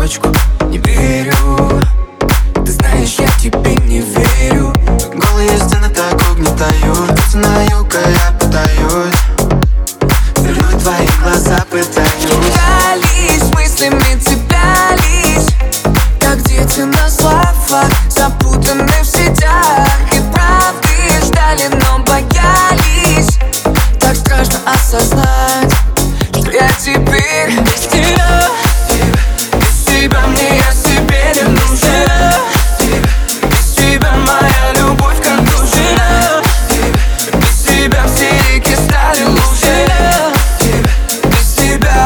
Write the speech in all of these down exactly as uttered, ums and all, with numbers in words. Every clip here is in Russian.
цветочку не верю. Ты знаешь, я тебе не верю. Голые стены так угнетают, знаю-ка я пытаюсь вернуть твои глаза, пытаюсь. Кидались, мыслями цеплялись, как дети на словах, запутаны в сетях. И правды ждали, но боялись. Так страшно осознать, что я теперь без тебя. Без тебя мне я себе не нужен. Без тебя моя любовь как душина. Без тебя все реки стали лучше. Без тебя.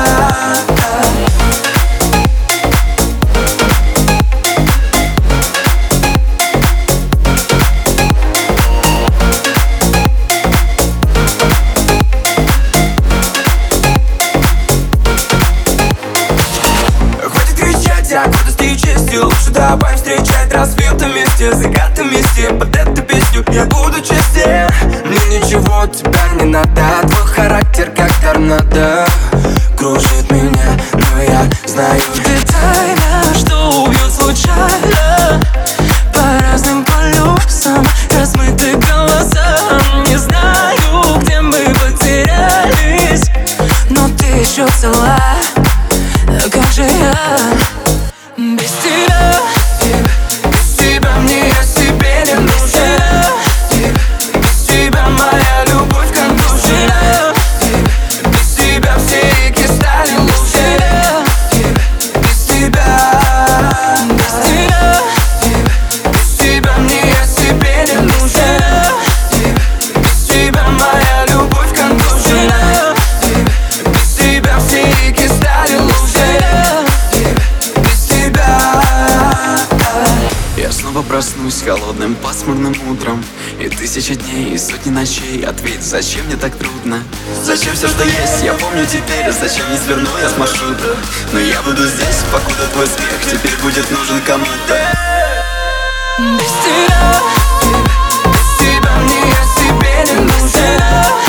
А гордостью и честью лучше давай встречать рассветы вместе, закаты вместе. Под эту песню я буду честен. Мне ничего от тебя не надо. Твой характер как торнадо кружит меня, но я знаю, ты тайна, что убьет случайно. По разным полюсам размыты голоса. Не знаю, где мы потерялись, но ты еще цела. Как же я без тебя? Без тебя мне я себе не нужен. Без тебя моя любовь как душина. Без тебя все реки стали лучше. Без тебя. Без тебя. Без тебя мне я себе не нужен. Без тебя моя любовь как душина. Без тебя все реки стали лучше. Я снова проснусь холодным пасмурным утром, и тысяча дней, и сотни ночей. Ответь, зачем мне так трудно? Зачем все, что есть, я помню теперь. Зачем не сверну я с маршрута? Но я буду здесь, покуда твой смех теперь будет нужен кому-то. Без тебя, без тебя мне я себе не нужен.